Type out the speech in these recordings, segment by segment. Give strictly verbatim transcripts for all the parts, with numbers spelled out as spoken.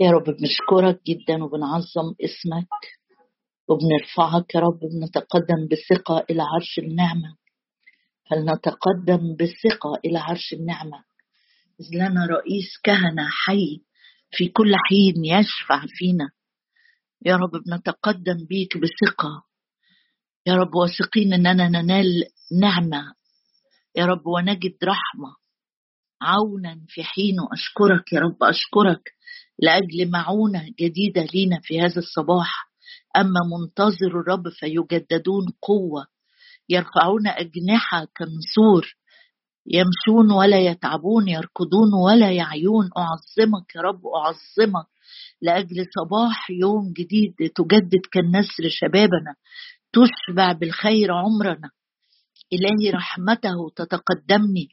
يا رب بنشكرك جدا وبنعظم اسمك وبنرفعك يا رب. بنتقدم بثقة إلى عرش النعمة، فلنتقدم بثقة إلى عرش النعمة إذ لنا رئيس كهنة حي في كل حين يشفع فينا. يا رب بنتقدم بيك بثقة يا رب، واثقين أننا ننال نعمة يا رب ونجد رحمة عونا في حينه. أشكرك يا رب، أشكرك لأجل معونة جديدة لينا في هذا الصباح. أما منتظر الرب فيجددون قوة، يرفعون أجنحة كنسور، يمشون ولا يتعبون، يركضون ولا يعيون. أعظمك يا رب، أعظمك لأجل صباح يوم جديد تجدد كالنسر شبابنا، تشبع بالخير عمرنا. إلهي رحمته تتقدمني،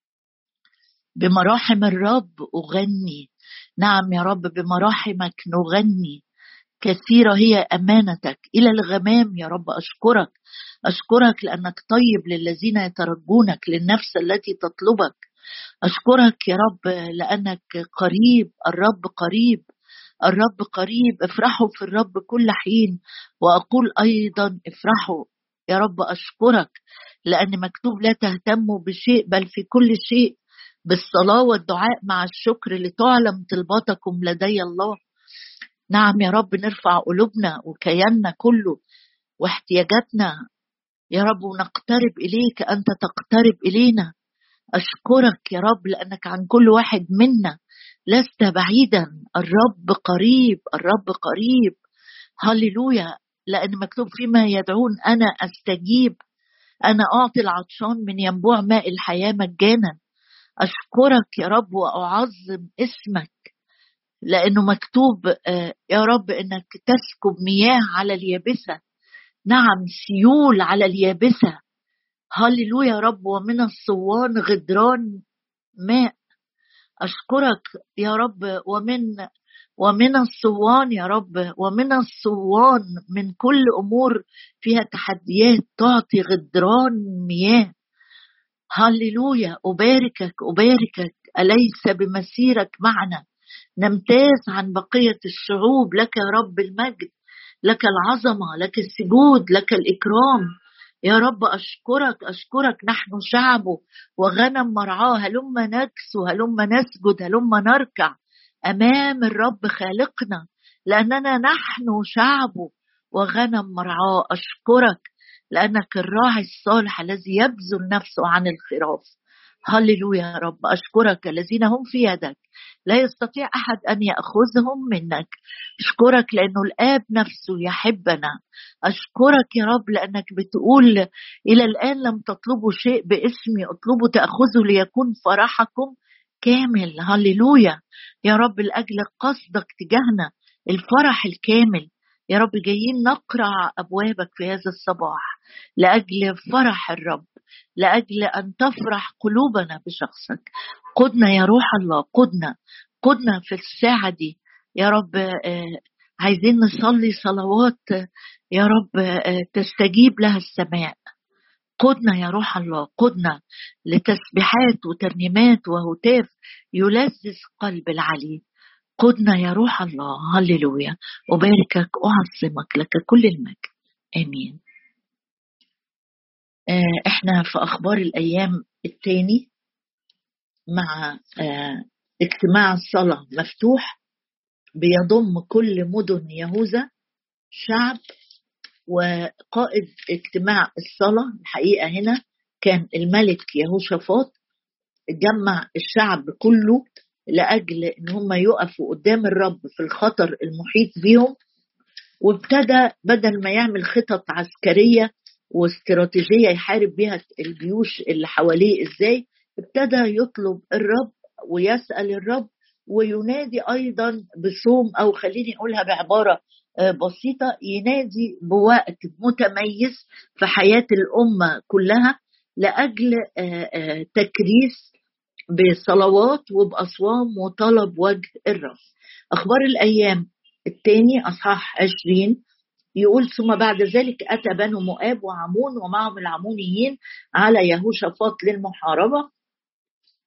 بمراحم الرب أغني. نعم يا رب، بمراحمك نغني، كثيرة هي أمانتك إلى الغمام. يا رب أشكرك، أشكرك لأنك طيب للذين يترجونك، للنفس التي تطلبك. أشكرك يا رب لأنك قريب، الرب قريب، الرب قريب. افرحوا في الرب كل حين، وأقول أيضا افرحوا. يا رب أشكرك لأن مكتوب لا تهتموا بشيء بل في كل شيء بالصلاة والدعاء مع الشكر لتعلم طلباتكم لدي الله. نعم يا رب، نرفع قلوبنا وكياننا كله واحتياجاتنا يا رب ونقترب إليك، أنت تقترب إلينا. أشكرك يا رب لأنك عن كل واحد منا لست بعيدا. الرب قريب، الرب قريب. هللويا، لأن مكتوب فيما يدعون أنا أستجيب، أنا أعطي العطشان من ينبوع ماء الحياة مجانا. أشكرك يا رب وأعظم اسمك لأنه مكتوب يا رب أنك تسكب مياه على اليابسة. نعم، سيول على اليابسة. هللويا يا رب، ومن الصوان غدران ماء. أشكرك يا رب، ومن ومن الصوان يا رب، ومن الصوان من كل أمور فيها تحديات تعطي غدران مياه. هللويا، أباركك أباركك. أليس بمسيرك معنا نمتاز عن بقية الشعوب؟ لك يا رب المجد، لك العظمة، لك السجود، لك الإكرام يا رب. أشكرك أشكرك، نحن شعبه وغنم مرعاه. هلما نكسو، هلما نسجد، هلما نركع أمام الرب خالقنا، لأننا نحن شعبه وغنم مرعاه. أشكرك لأنك الراعي الصالح الذي يبذل نفسه عن الخراف. هللويا يا رب. أشكرك الذين هم في يدك لا يستطيع أحد أن يأخذهم منك. أشكرك لأنه الآب نفسه يحبنا. أشكرك يا رب لأنك بتقول إلى الآن لم تطلبوا شيء باسمي اطلبوا تأخذوا ليكون فرحكم كامل. هللويا يا رب، لأجل قصدك تجاهنا الفرح الكامل. يا رب جايين نقرع أبوابك في هذا الصباح لأجل فرح الرب، لأجل أن تفرح قلوبنا بشخصك. قدنا يا روح الله، قدنا قدنا في الساعة دي يا رب. عايزين نصلي صلوات يا رب تستجيب لها السماء. قدنا يا روح الله، قدنا لتسبيحات وترنيمات وهتاف يلذذ قلب العلي. قدنا يا روح الله. هللويا، أباركك أعظمك، لك كل المجد. آمين. احنا في أخبار الأيام الثاني مع اجتماع الصلاة مفتوح بيضم كل مدن يهوذا شعب. وقائد اجتماع الصلاة الحقيقة هنا كان الملك يهوشافاط. جمع الشعب كله لأجل إن هم يقفوا قدام الرب في الخطر المحيط بهم. وابتدى بدل ما يعمل خطط عسكرية واستراتيجية يحارب بها الجيوش اللي حواليه إزاي، ابتدى يطلب الرب ويسأل الرب وينادي أيضا بصوم، أو خليني أقولها بعبارة بسيطة، ينادي بوقت متميز في حياة الأمة كلها لأجل تكريس بصلوات وبأصوام وطلب وجه الرب. أخبار الأيام الثاني أصحاح عشرين يقول: ثم بعد ذلك أتى بنو مؤاب وعمون ومعهم العمونيين على يهوشافاط للمحاربة،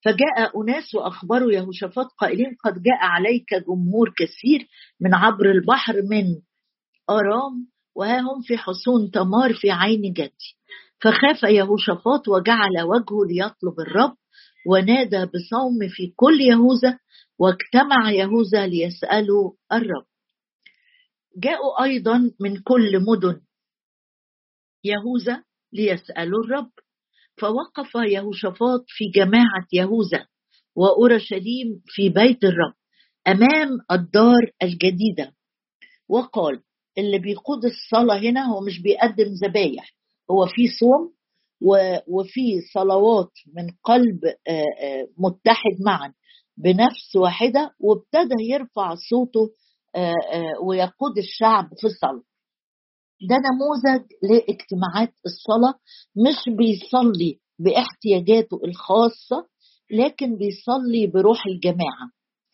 فجاء أناس وأخبروا يهوشافاط قائلين قد جاء عليك جمهور كثير من عبر البحر من أرام، وها هم في حصون تمار في عين جدي. فخاف يهوشافاط وجعل وجهه ليطلب الرب، ونادى بصوم في كل يهوذا، واجتمع يهوذا ليسألوا الرب. جاءوا أيضا من كل مدن يهوذا ليسألوا الرب. فوقف يهوشافاط في جماعة يهوذا وأورشليم في بيت الرب أمام الدار الجديدة، وقال. اللي بيقود الصلاة هنا هو مش بيقدم ذبايح، هو في صوم وفي صلوات من قلب متحد معا بنفس واحدة، وابتدى يرفع صوته ويقود الشعب في الصلاة. ده نموذج لاجتماعات الصلاة، مش بيصلي باحتياجاته الخاصة لكن بيصلي بروح الجماعة.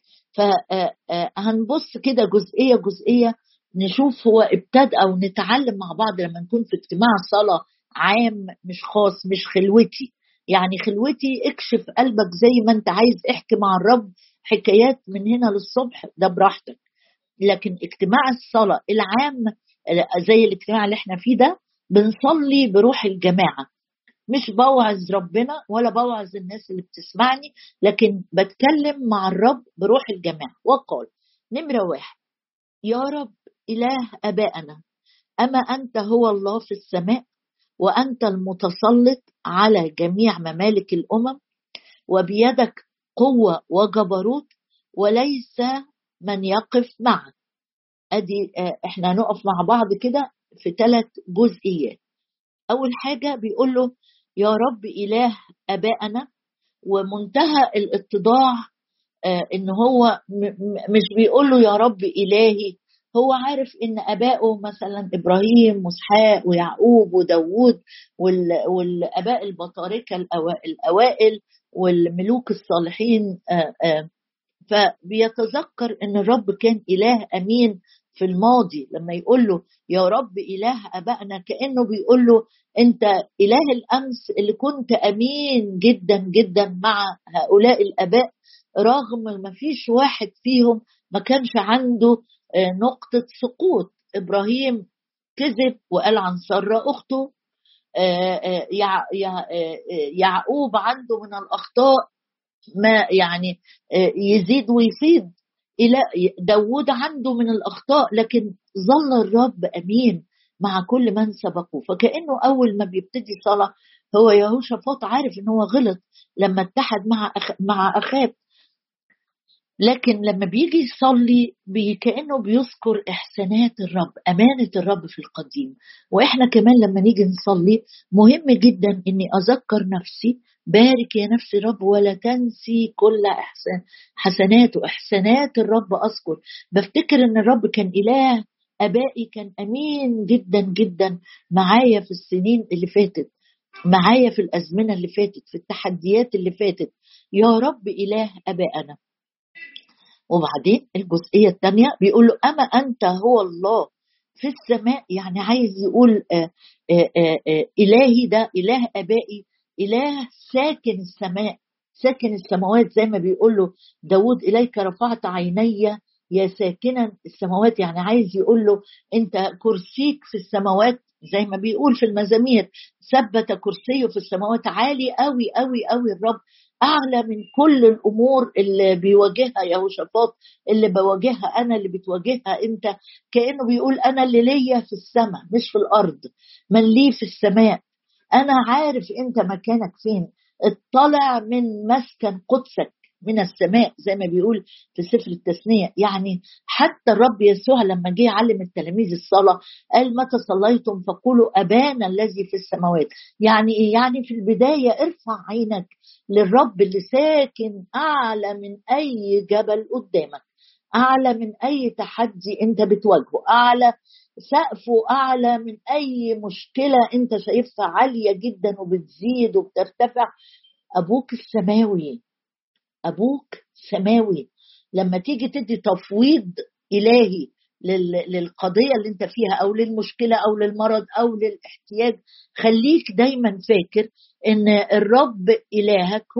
فهنبص كده جزئية جزئية نشوف هو ابتدى أو نتعلم مع بعض لما نكون في اجتماع صلاة عام مش خاص، مش خلوتي. يعني خلوتي اكشف قلبك زي ما انت عايز، احكي مع الرب حكايات من هنا للصبح، ده براحتك. لكن اجتماع الصلاة العام زي الاجتماع اللي احنا فيه ده بنصلي بروح الجماعة، مش بوعظ ربنا ولا بوعظ الناس اللي بتسمعني، لكن بتكلم مع الرب بروح الجماعة. وقال نمرة واحد: يا رب إله أبائنا، أما أنت هو الله في السماء، وأنت المتسلط على جميع ممالك الأمم، وبيدك قوة وجبروت، وليس من يقف معك. أدي احنا نقف مع بعض كده في ثلاث جزئيات. أول حاجة بيقول له يا رب إله أبائنا، ومنتهى الاتضاع إن هو مش بيقول له يا رب إلهي، هو عارف إن أبائه مثلا إبراهيم وإسحاق ويعقوب وداود والآباء البطاركة الأوائل والملوك الصالحين، فبيتذكر إن الرب كان إله أمين في الماضي. لما يقول له يا رب إله أبائنا كأنه بيقول له أنت إله الأمس اللي كنت أمين جدا جدا مع هؤلاء الآباء، رغم ما فيش واحد فيهم ما كانش عنده نقطة سقوط. إبراهيم كذب وقال عن سارة أخته، يعقوب عنده من الأخطاء ما يعني يزيد ويفيد، إلى داود عنده من الأخطاء، لكن ظل الرب أمين مع كل من سبقه. فكأنه أول ما بيبتدي صلاة هو يهوشافاط عارف إنه هو غلط لما اتحد مع أخ... مع أخاب، لكن لما بيجي يصلي بي كأنه بيذكر إحسانات الرب، أمانة الرب في القديم. وإحنا كمان لما نيجي نصلي مهم جدا إني أذكر نفسي بارك يا نفسي الرب ولا تنسي كل إحسان حسناته، إحسانات الرب أذكر. بفتكر إن الرب كان إله أبائي، كان أمين جدا جدا معايا في السنين اللي فاتت، معايا في الأزمنة اللي فاتت، في التحديات اللي فاتت. يا رب إله أبائنا. وبعدين الجزئية الثانية بيقول له أما أنت هو الله في السماء، يعني عايز يقول آآ آآ آآ إلهي ده إله أبائي، إله ساكن السماء، ساكن السماوات، زي ما بيقول له داود إليك رفعت عيني يا ساكنا السماوات. يعني عايز يقول له أنت كرسيك في السماوات، زي ما بيقول في المزامير ثبت كرسيه في السماوات، عالي قوي قوي قوي الرب، أعلى من كل الأمور اللي بيواجهها يهوشافاط، اللي بواجهها أنا، اللي بتواجهها أنت. كأنه بيقول أنا اللي ليا في السماء مش في الأرض، من لي في السماء. أنا عارف أنت مكانك فين، اطلع من مسكن قدسك من السماء، زي ما بيقول في سفر التثنية. يعني حتى الرب يسوع لما جه يعلم التلاميذ الصلاة قال متى صليتم فقولوا أبانا الذي في السماوات. يعني إيه؟ يعني في البداية ارفع عينك للرب اللي ساكن أعلى من أي جبل قدامك، أعلى من أي تحدي أنت بتواجهه، أعلى سقفه، أعلى من أي مشكلة أنت شايفها عالية جدا وبتزيد وبترتفع. أبوك السماوي، أبوك سماوي. لما تيجي تدي تفويض إلهي للقضية اللي انت فيها أو للمشكلة أو للمرض أو للاحتياج، خليك دايما فاكر إن الرب إلهك هو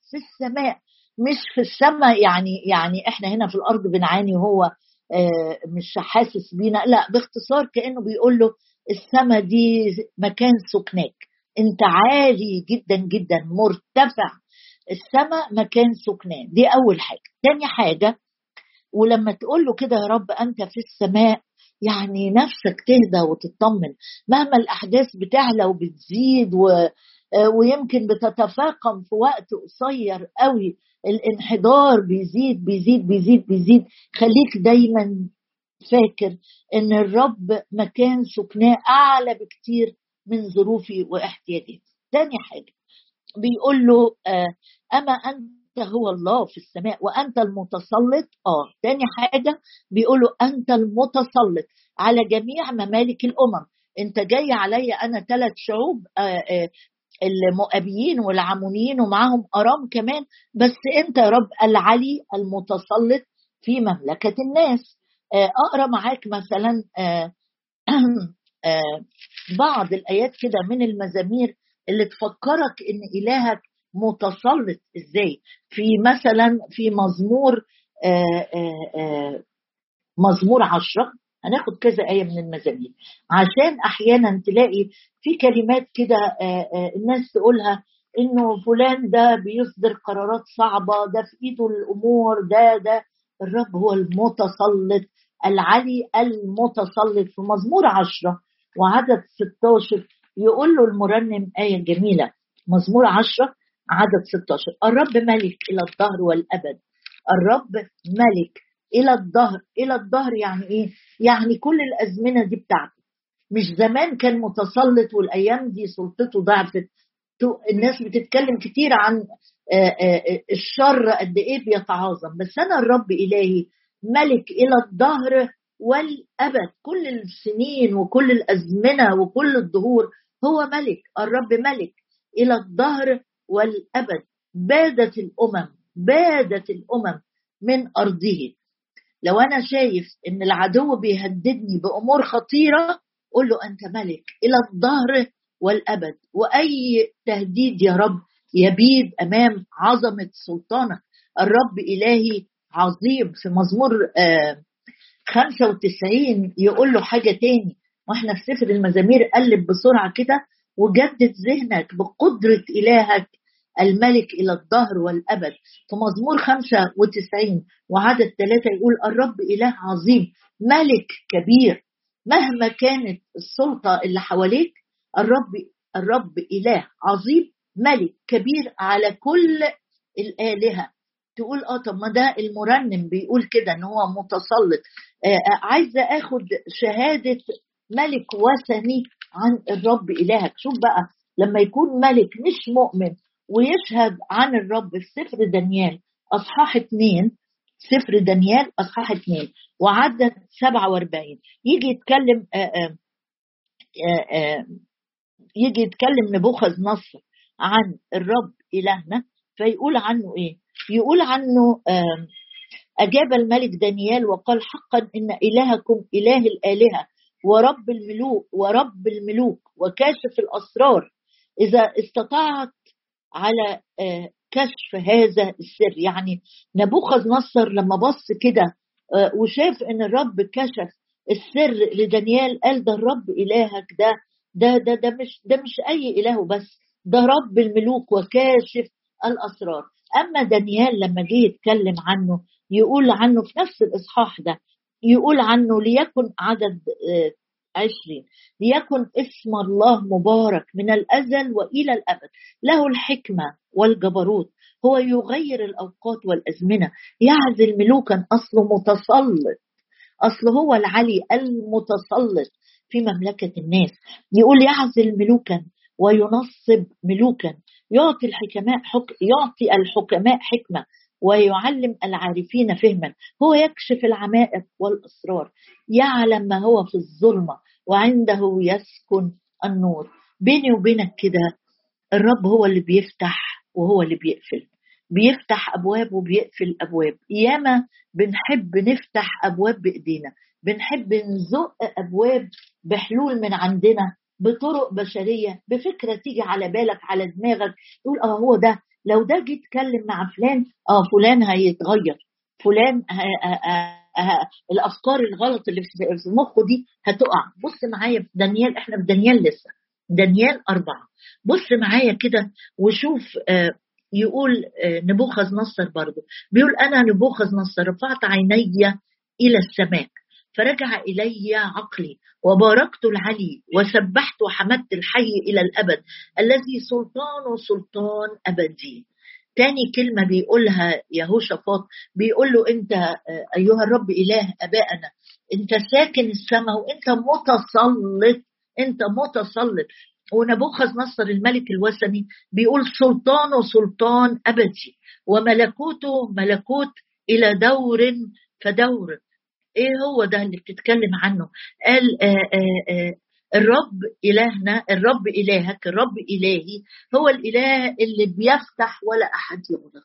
في السماء مش في السماء. يعني يعني احنا هنا في الارض بنعاني وهو مش حاسس بينا، لا، باختصار كأنه بيقول له السماء دي مكان سكناك، انت عالي جدا جدا مرتفع، السماء مكان سكناه. دي اول حاجة. تاني حاجة، ولما تقول له كده يا رب انت في السماء، يعني نفسك تهدى وتطمن مهما الاحداث بتعلى وبتزيد و... ويمكن بتتفاقم في وقت قصير قوي، الانحدار بيزيد بيزيد بيزيد بيزيد. خليك دايما فاكر ان الرب مكان سكناه اعلى بكتير من ظروفي واحتياجاتي. تاني حاجة بيقول له اما انت هو الله في السماء وانت المتسلط. اه تاني حاجة بيقول له انت المتسلط على جميع ممالك الامم. انت جاي عليا انا ثلاث شعوب، آآ آآ المؤابيين والعمونيين ومعهم ارام كمان، بس انت يا رب العلي المتسلط في مملكة الناس. اقرا معاك مثلا آآ آآ بعض الايات كده من المزامير اللي تفكرك ان الهك متسلط ازاي. في مثلا في مزمور آآ آآ مزمور عشرة، هناخد كذا آية من المزامير عشان أحيانا تلاقي في كلمات كده الناس تقولها إنه فلان ده بيصدر قرارات صعبة، ده في إيده الأمور، ده ده الرب هو المتسلط العلي المتسلط. في مزمور عشرة وعدد ستة عشر يقول له المرنم آية جميلة. مزمور عشرة عدد ستة عشر: الرب ملك إلى الدهر والأبد، الرب ملك إلى الظهر. إلى الظهر يعني إيه؟ يعني كل الأزمنة دي بتاعته، مش زمان كان متسلط والأيام دي سلطته ضعفت. الناس بتتكلم كتير عن الشر قد إيه بيتعاظم، بس أنا الرب إلهي ملك إلى الظهر والأبد، كل السنين وكل الأزمنة وكل الدهور هو ملك. الرب ملك إلى الظهر والأبد. بادت الأمم بادت الأمم من أرضه. لو أنا شايف إن العدو بيهددني بأمور خطيرة، قل له أنت ملك إلى الظهر والأبد، وأي تهديد يا رب يبيد أمام عظمة سلطانك. الرب إلهي عظيم. في مزمور آه خمسة وتسعين يقول له حاجة تاني، وإحنا في سفر المزامير قلب بسرعة كده وجدد ذهنك بقدرة إلهك الملك إلى الظهر والأبد. في مزمور خمسة وتسعين وعدد ثلاثة يقول الرب إله عظيم ملك كبير. مهما كانت السلطة اللي حواليك، الرب الرب إله عظيم ملك كبير على كل الآلهة. تقول اه طب ما ده المرنم بيقول كده ان هو متسلط. آه عايزة اخد شهادة ملك وثني عن الرب إلهك. شوف بقى لما يكون ملك مش مؤمن ويشهد عن الرب في سفر دانيال أصحاح اتنين، سفر دانيال أصحاح اتنين وعدد سبعة واربعين، يجي يتكلم آآ آآ آآ يجي يتكلم نبوخذ نصر عن الرب إلهنا، فيقول عنه إيه؟ يقول عنه أجاب الملك دانيال وقال حقا إن إلهكم إله الآلهة ورب الملوك ورب الملوك وكاشف الأسرار، إذا استطاعت على كشف هذا السر. يعني نبوخذ نصر لما بص كده وشاف ان الرب كشف السر لدانيال، قال ده الرب إلهك ده ده ده ده مش ده مش أي إله بس، ده رب الملوك وكاشف الأسرار. أما دانيال لما جه يتكلم عنه يقول عنه في نفس الإصحاح ده، يقول عنه ليكن عدد عشرين: ليكن اسم الله مبارك من الأزل وإلى الأبد، له الحكمة والجبروت، هو يغير الأوقات والأزمنة، يعزل ملوكا. أصله متسلط، أصله هو العلي المتسلط في مملكة الناس. يقول يعزل ملوكا وينصب ملوكا، يعطي الحكماء حك... يعطي الحكماء حكمة ويعلم العارفين فهما، هو يكشف العمائق والأسرار، يعلم ما هو في الظلمة وعنده يسكن النور. بيني وبينك كده الرب هو اللي بيفتح وهو اللي بيقفل، بيفتح أبواب وبيقفل أبواب. ياما بنحب نفتح أبواب بإيدينا، بنحب نزق أبواب بحلول من عندنا بطرق بشرية، بفكرة تيجي على بالك على دماغك، يقول اه هو ده لو ده جه يتكلم مع فلان اه فلان هيتغير، فلان ه... ه... ه... الافكار الغلط اللي في مخه دي هتقع. بص معايا في دانيال، احنا في دانيال لسه، دانيال أربعة. بص معايا كده وشوف. آه يقول آه نبوخذ نصر برضه، بيقول أنا نبوخذ نصر رفعت عيني إلى السماء فرجع إلي عقلي وباركت العلي وسبحت وحمدت الحي إلى الأبد الذي سلطانه سلطان أبدي. تاني كلمة بيقولها يهوشافاط، بيقول له أنت أيها الرب إله أبائنا، أنت ساكن السماء وأنت متسلط، أنت متسلط. ونبوخذ نصر الملك الوثني بيقول سلطانه سلطان أبدي وملكوته ملكوت إلى دور فدور. ايه هو ده اللي بتتكلم عنه؟ قال آآ آآ الرب إلهنا، الرب إلهك، الرب إلهي هو الإله اللي بيفتح ولا أحد يغلق.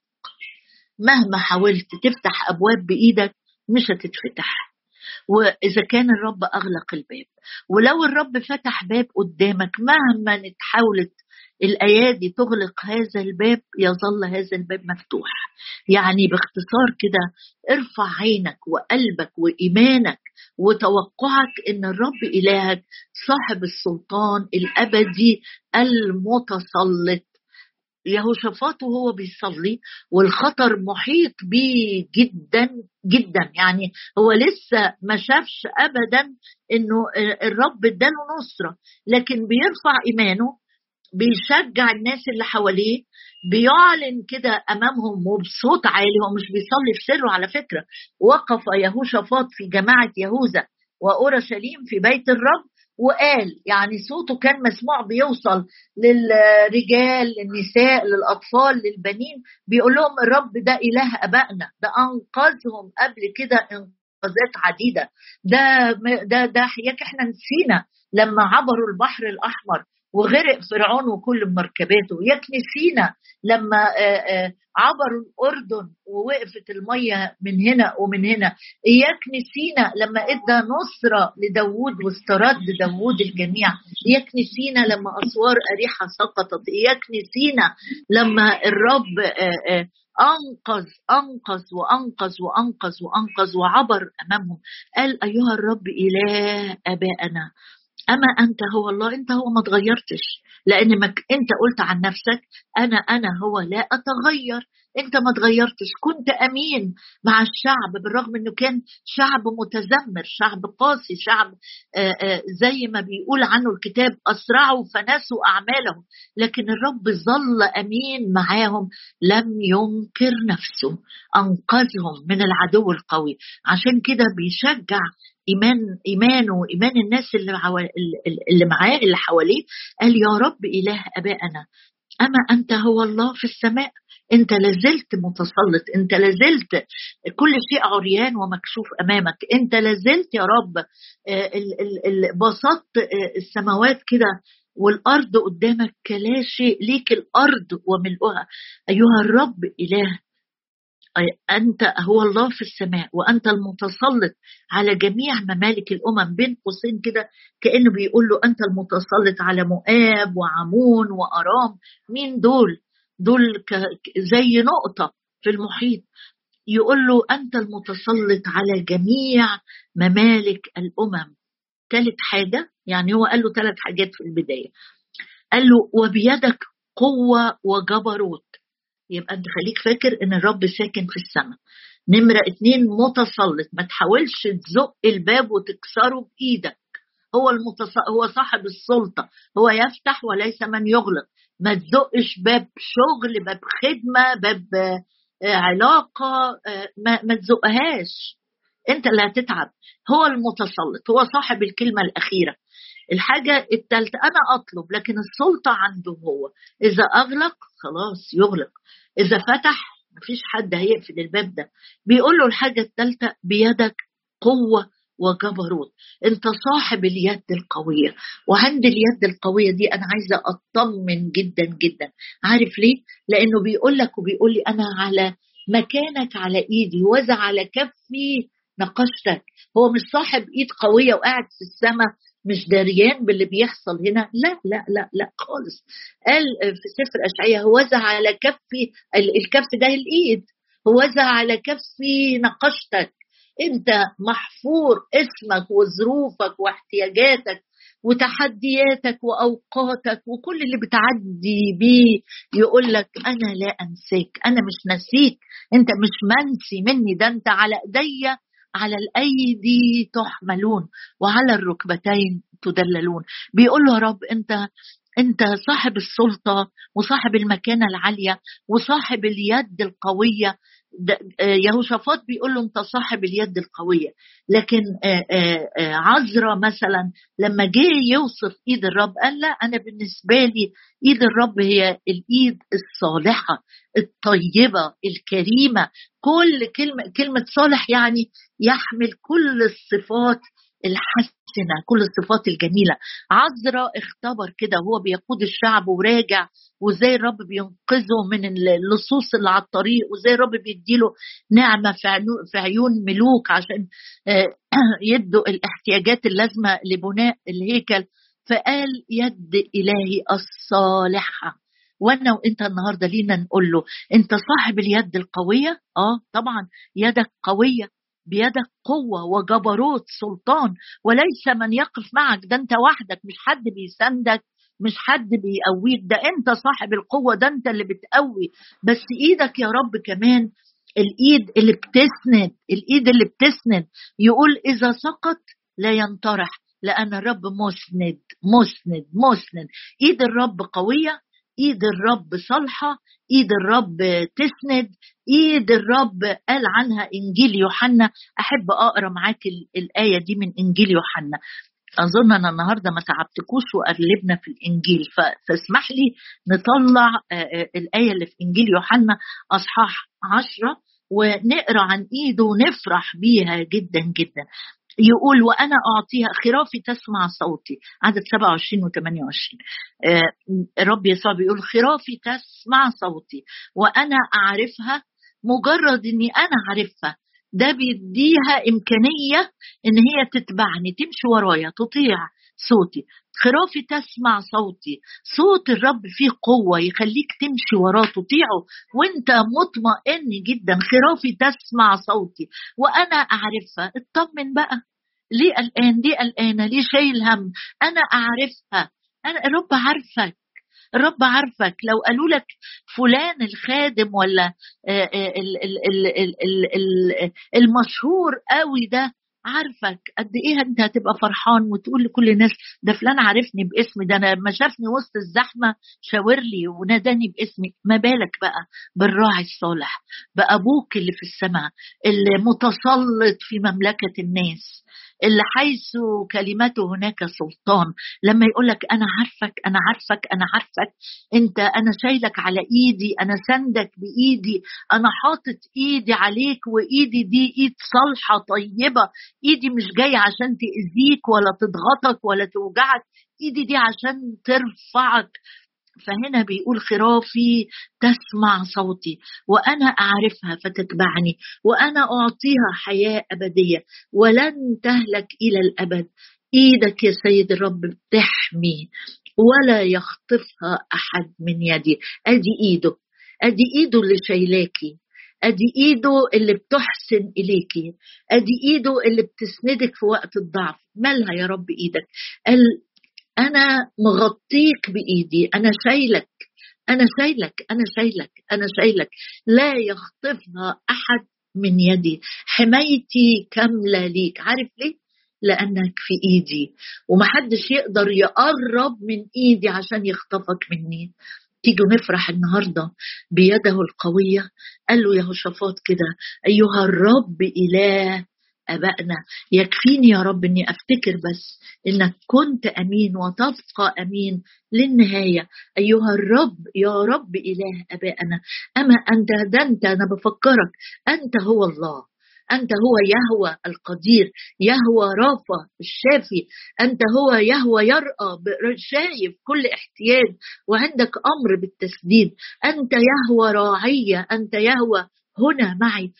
مهما حاولت تفتح أبواب بإيدك مش هتتفتح، وإذا كان الرب أغلق الباب. ولو الرب فتح باب قدامك مهما حاولت الأيادي تغلق هذا الباب يظل هذا الباب مفتوح. يعني باختصار كده ارفع عينك وقلبك وإيمانك وتوقعك إن الرب إلهك صاحب السلطان الأبدي المتسلط. يهوشافاط وهو بيصلي والخطر محيط بيه جدا جدا، يعني هو لسه ما شافش أبدا إنه الرب اداله نصرة، لكن بيرفع إيمانه، بيشجع الناس اللي حواليه، بيعلن كده أمامهم وبصوت عالي. هو مش بيصلي في سره على فكرة. وقف يهوشافاط في جماعة يهوذا وأورشليم في بيت الرب وقال، يعني صوته كان مسموع بيوصل للرجال للنساء للأطفال للبنين، بيقول لهم الرب ده إله أبائنا، ده أنقذهم قبل كده إنقاذات عديدة، ده ده ده حياك احنا نسينا لما عبروا البحر الأحمر وغرق فرعون وكل مركباته، ياك نسينا لما عبروا الأردن ووقفت المية من هنا ومن هنا، ياك نسينا لما ادى نصرة لداود واسترد داود الجميع، ياك نسينا لما أسوار أريحة سقطت، ياك نسينا لما الرب أنقذ أنقذ وأنقذ وأنقذ وأنقذ وعبر أمامهم. قال أيها الرب إله آبائنا أما أنت هو الله، أنت هو ما تغيرتش، لأن ما أنت قلت عن نفسك أنا أنا هو لا أتغير. أنت ما تغيرتش، كنت أمين مع الشعب بالرغم أنه كان شعب متذمر، شعب قاسي، شعب آآ آآ زي ما بيقول عنه الكتاب أسرعوا فنسوا أعمالهم، لكن الرب ظل أمين معاهم، لم ينكر نفسه، أنقذهم من العدو القوي. عشان كده بيشجع إيمان إيمانه وإيمان الناس اللي اللي معاه اللي حواليه. قال يا رب إله آبائنا أما أنت هو الله في السماء، أنت لازلت متسلط، أنت لازلت كل شيء عريان ومكشوف أمامك، أنت لازلت يا رب بسطت السماوات كده والأرض قدامك كلا شيء، ليك الأرض وملؤها. أيها الرب إله أنت هو الله في السماء وأنت المتسلط على جميع ممالك الأمم. بين قوسين كده كأنه بيقول له أنت المتسلط على مؤاب وعمون وأرام. مين دول؟ دول زي نقطة في المحيط. يقول له أنت المتسلط على جميع ممالك الأمم. ثالث حاجة، يعني هو قال له ثلاث حاجات في البداية، قال له وبيدك قوة وجبروت. يبقى انت خليك فاكر ان الرب ساكن في السماء. نمرة اتنين متسلط، ما تحاولش تزق الباب وتكسره بإيدك، هو المتص... هو صاحب السلطة، هو يفتح وليس من يغلق. ما تزقش باب شغل، باب خدمة، باب علاقة، ما, ما تزقهاش، انت اللي هتتعب. هو المتسلط، هو صاحب الكلمة الأخيرة. الحاجة الثالثة أنا أطلب لكن السلطة عنده هو، إذا أغلق خلاص يغلق، إذا فتح مفيش حد هيقفل الباب ده. بيقول له الحاجة الثالثة بيدك قوة وجبروت، أنت صاحب اليد القوية. وعند اليد القوية دي أنا عايزة أطمن جدا جدا. عارف ليه؟ لأنه بيقول لك وبيقول لي أنا على مكانك على إيدي وإذا على كفي نقشتك. هو مش صاحب إيد قوية وقاعد في السماء مش دريان باللي بيحصل هنا. لا لا لا لا خالص. قال في سفر أشعياء: هوذا على كفي، الكف ده الإيد، هوذا على كفي نقشتك. انت محفور اسمك وظروفك واحتياجاتك وتحدياتك وأوقاتك وكل اللي بتعدي بيه، يقول لك أنا لا أنساك، أنا مش نسيك، أنت مش منسي مني، ده أنت على إيدي، على الأيدي تحملون وعلى الركبتين تدللون. بيقول له يا رب أنت أنت صاحب السلطة وصاحب المكانة العالية وصاحب اليد القوية. يهوشافاط بيقول له أنت صاحب اليد القوية. لكن عزرا مثلا لما جه يوصف إيد الرب قال لا، أنا بالنسبة لي إيد الرب هي الإيد الصالحة الطيبة الكريمة. كل كلمة كلمة صالح يعني يحمل كل الصفات الحسنة، كل الصفات الجميلة. عزرا اختبر كده وهو بيقود الشعب وراجع، وزي الرب بينقذه من اللصوص اللي على الطريق، وزي الرب بيديله نعمة في عيون ملوك عشان يدوا الاحتياجات اللازمة لبناء الهيكل. فقال يد إلهي الصالحة. وانا وانت النهاردة لينا نقول له انت صاحب اليد القوية. اه طبعا يدك قوية، بيدك قوة وجبروت سلطان، وليس من يقف معك، ده انت وحدك، مش حد بيساندك، مش حد بيقويك، ده انت صاحب القوة، ده انت اللي بتقوي. بس ايدك يا رب كمان الايد اللي بتسند، الايد اللي بتسند. يقول اذا سقط لا ينطرح لان الرب مسند مسند مسند. ايد الرب قوية، ايد الرب صالحة، ايد الرب تسند، ايد الرب قال عنها انجيل يوحنا. احب اقرا معاك الايه دي من انجيل يوحنا. اظن انا النهارده ما تعبتكوش وقلبنا في الانجيل، فاسمح لي نطلع الايه اللي في انجيل يوحنا اصحاح عشرة ونقرا عن ايده ونفرح بيها جدا جدا. يقول وأنا أعطيها خرافي تسمع صوتي. عدد سبعة وعشرين و ثمانية وعشرين. الرب يسوع بيقول خرافي تسمع صوتي وأنا أعرفها. مجرد أني أنا أعرفها ده بيديها إمكانية أن هي تتبعني، تمشي ورايا، تطيع صوتي. خرافي تسمع صوتي، صوت الرب فيه قوة يخليك تمشي وراه تطيعه وانت مطمئن جدا. خرافي تسمع صوتي وانا اعرفها. اطمن بقى، ليه قلقان؟ ليه قلقانة؟ ليه شايل هم؟ انا اعرفها. انا الرب عارفك، الرب عارفك. لو قالوا لك فلان الخادم ولا المشهور قوي ده عارفك، قد ايه انت هتبقى فرحان وتقول لكل الناس ده فلان عارفني باسمي، ده انا لما شافني وسط الزحمه شاور لي وناداني باسمي. ما بالك بقى بالراعي الصالح، بابوك اللي في السماء، اللي متسلط في مملكه الناس، اللي حيث كلمته هناك سلطان. لما يقولك أنا عارفك أنا عارفك أنا عارفك، أنت أنا شايلك على إيدي، أنا سندك بإيدي، أنا حاطط إيدي عليك، وإيدي دي إيد صالحة طيبة. إيدي مش جاية عشان تأذيك ولا تضغطك ولا توجعك، إيدي دي عشان ترفعك. فهنا بيقول خرافي تسمع صوتي وأنا أعرفها فتتبعني وأنا أعطيها حياة أبدية ولن تهلك إلى الأبد. إيدك يا سيد الرب بتحمي ولا يخطفها أحد من يدي. أدي إيده، أدي إيده اللي شايلاكي، أدي إيده اللي بتحسن إليكي، أدي إيده اللي بتسندك في وقت الضعف. مالها يا رب إيدك؟ قال أنا مغطيك بإيدي، أنا شايلك أنا شايلك أنا شايلك أنا شايلك لا يخطفها أحد من يدي. حمايتي كاملة ليك. عارف ليه؟ لأنك في إيدي ومحدش يقدر يقرب من إيدي عشان يخطفك مني. تيجوا نفرح النهاردة بيده القوية. قال له يهوشافاط كده أيها الرب إله أبائنا. يكفيني يا رب أني أفتكر بس أنك كنت أمين وتبقى أمين للنهاية. أيها الرب يا رب إله أبائنا. أما أنت ده أنت أنا بفكرك أنت هو الله، أنت هو يهوى القدير، يهوى رافع الشافي، أنت هو يهوى يرأى شايف كل احتياج وعندك أمر بالتسديد. أنت يهوى راعية، أنت يهوى هنا معي.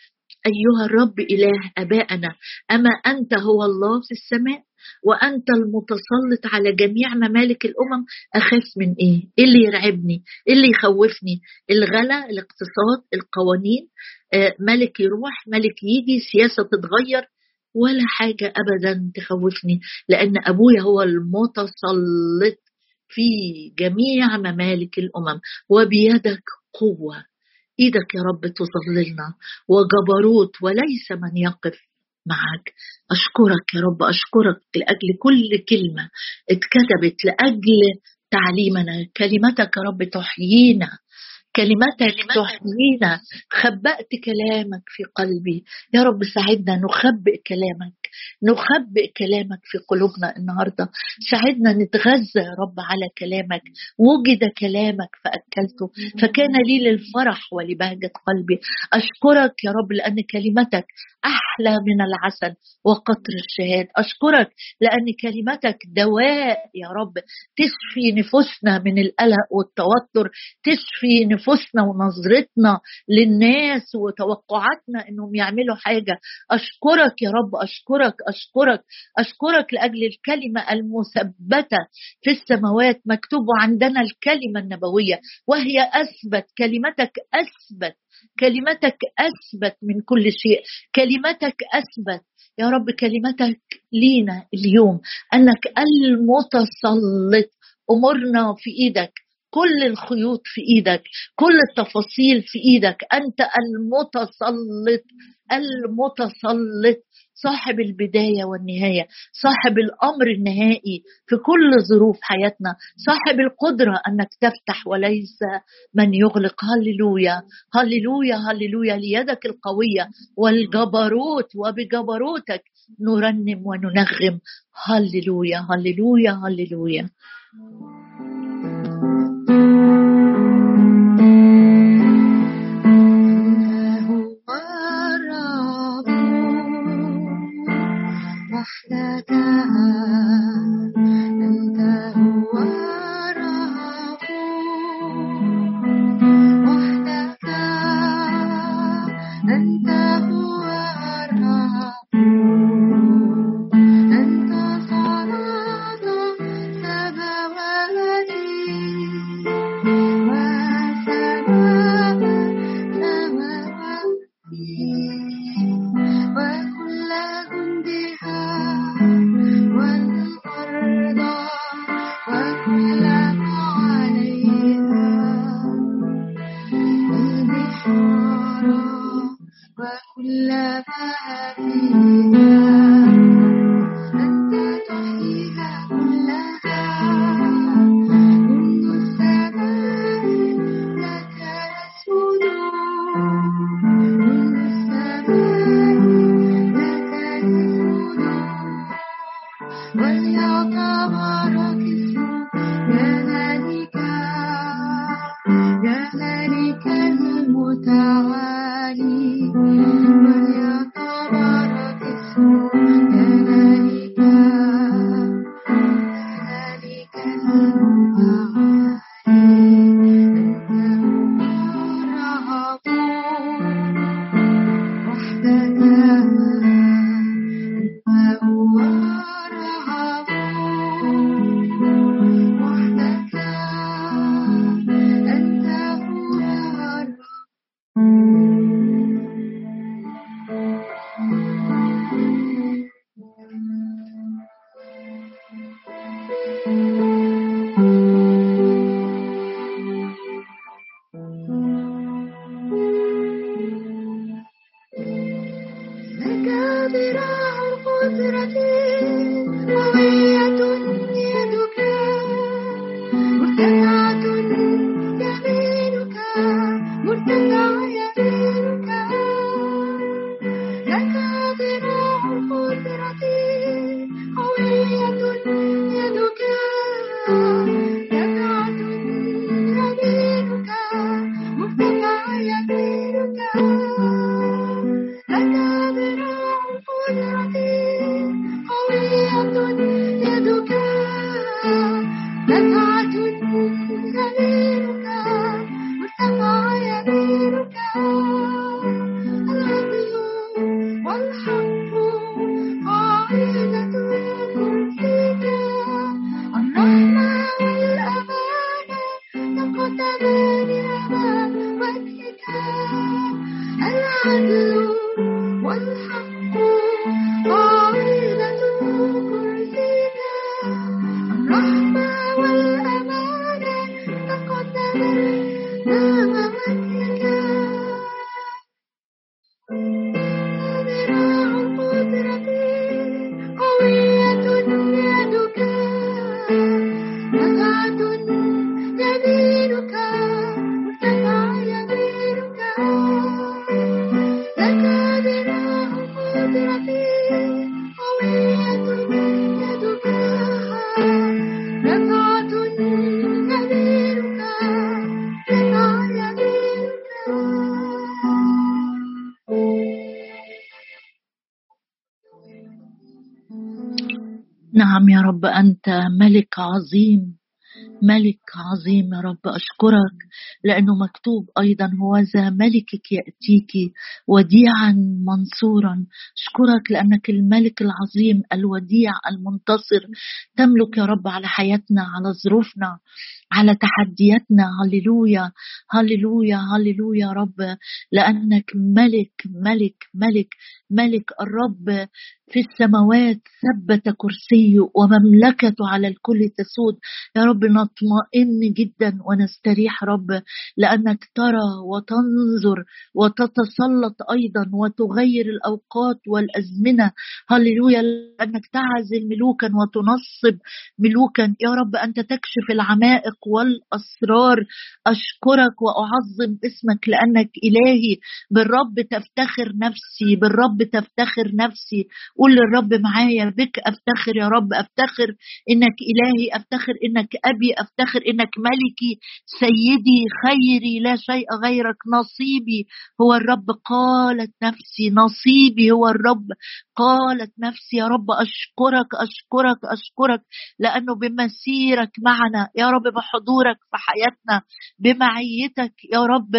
أيها الرب إله أبائنا، أما أنت هو الله في السماء وأنت المتسلط على جميع ممالك الأمم، أخاف من إيه؟ إيه اللي يرعبني؟ إيه اللي يخوفني؟ الغلا، الاقتصاد، القوانين، آه ملك يروح ملك يجي، سياسة تتغير، ولا حاجة أبدا تخوفني، لأن أبويا هو المتسلط في جميع ممالك الأمم، وبيدك قوة، إيدك يا رب تظللنا وجبروت وليس من يقف معك. أشكرك يا رب، أشكرك لأجل كل كلمة اتكتبت لأجل تعليمنا. كلمتك يا رب تحيينا، كلمتك تحيينا. خبأت كلامك في قلبي يا رب، ساعدنا نخبئ كلامك، نخبئ كلامك في قلوبنا النهاردة. ساعدنا نتغذى يا رب على كلامك. وجد كلامك فأكلته فكان لي للفرح ولبهجة قلبي. أشكرك يا رب لأن كلمتك أحلى من العسل وقطر الشهاد. أشكرك لأن كلمتك دواء يا رب، تشفي نفوسنا من القلق والتوتر، تشفي نفوسنا ونظرتنا للناس وتوقعاتنا إنهم يعملوا حاجة. أشكرك يا رب، أشكرك أشكرك أشكرك لأجل الكلمة المثبتة في السماوات. مكتوب عندنا الكلمة النبوية وهي أثبت، كلمتك أثبت، كلمتك أثبت من كل شيء، كلمتك أثبت يا رب. كلمتك لينا اليوم أنك المتسلط، أمرنا في إيدك، كل الخيوط في إيدك، كل التفاصيل في إيدك. أنت المتسلط، المتسلط، صاحب البداية والنهاية، صاحب الأمر النهائي في كل ظروف حياتنا، صاحب القدرة أنك تفتح وليس من يغلق. هللويا هللويا هللويا، ليدك القوية والجبروت، وبجبروتك نرنم وننغم. هللويا هللويا هللويا. وحدك أنت هو الرب، وحدك أنت هو الرب، أنت صلاة سماواتي وسماء سماواتي وكل جندها والأرض وكل ما عليها، البحار وكل ما فيها، أنت تحييها كلها. كل السماء لك يسجد، كل السماء لك يسجد، وليتبارك اسم جلالك، جلالك المتعالي، وليتبارك اسم جلالك، جلالك المتعالي. أنت هو الرب وحدك، أنت هو الرب وحدك، أنت هو الرب. لك ذراع القدرة قوية، يدك مرتفعة، يمينك مرتفعة، يمينك لك ذراع القدرة قوية، يدك مرتفعة، يمينك مرتفعة، يمينك لك ذراع القدرة قدرتي قوية يدك رفعة يمينك رفع يمينك. نعم يا رب، أنت ملك عظيم، ملك عظيم يا رب. أشكرك لأنه مكتوب أيضا هو ذا ملكك يأتيك وديعا منصورا. أشكرك لأنك الملك العظيم الوديع المنتصر، تملك يا رب على حياتنا، على ظروفنا، على تحدياتنا. هللويا هللويا هللويا يا رب، لأنك ملك ملك ملك ملك. الرب في السماوات ثبت كرسيه ومملكته على الكل تسود. يا رب نطمئن جدا ونستريح رب، لأنك ترى وتنظر وتتسلط أيضا وتغير الأوقات والأزمنة. هللويا، لأنك تعزل ملوكا وتنصب ملوكا. يا رب أنت تكشف العمائق والأسرار. أشكرك وأعظم اسمك لأنك إلهي. بالرب تفتخر نفسي، بالرب تفتخر نفسي. قول للرب معايا: بك أفتخر يا رب، أفتخر إنك إلهي، أفتخر إنك أبي، أفتخر إنك ملكي سيدي خيري، لا شيء غيرك. نصيبي هو الرب، قالت نفسي نصيبي هو الرب، قالت نفسي. يا رب أشكرك أشكرك أشكرك لأنه بمسيرك معنا يا رب، بحضورك في حياتنا، بمعيتك يا رب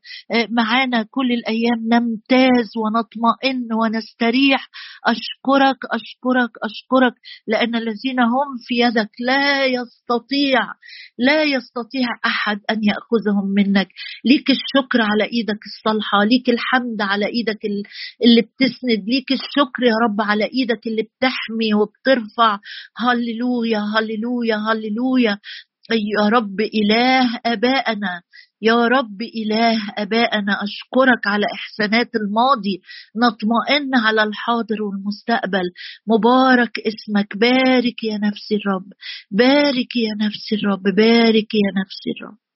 معانا كل الأيام نمتاز ونطمئن ونستريح. أشكرك أشكرك أشكرك لأن الذين هم في يدك لا يستطيع لا يستطيع أحد أن يأخذهم منك. ليك الشكر على إيدك الصالحة، ليك الحمد على إيدك اللي بتسند، ليك الشكر يا رب على إيدك اللي بتحمي وبترفع. هللويا هللويا هللويا. يا رب إله أبائنا، يا رب إله أبائنا، أشكرك على إحسانات الماضي، نطمئن على الحاضر والمستقبل. مبارك اسمك. بارك يا نفسي الرب، بارك يا نفسي الرب، بارك يا نفسي الرب.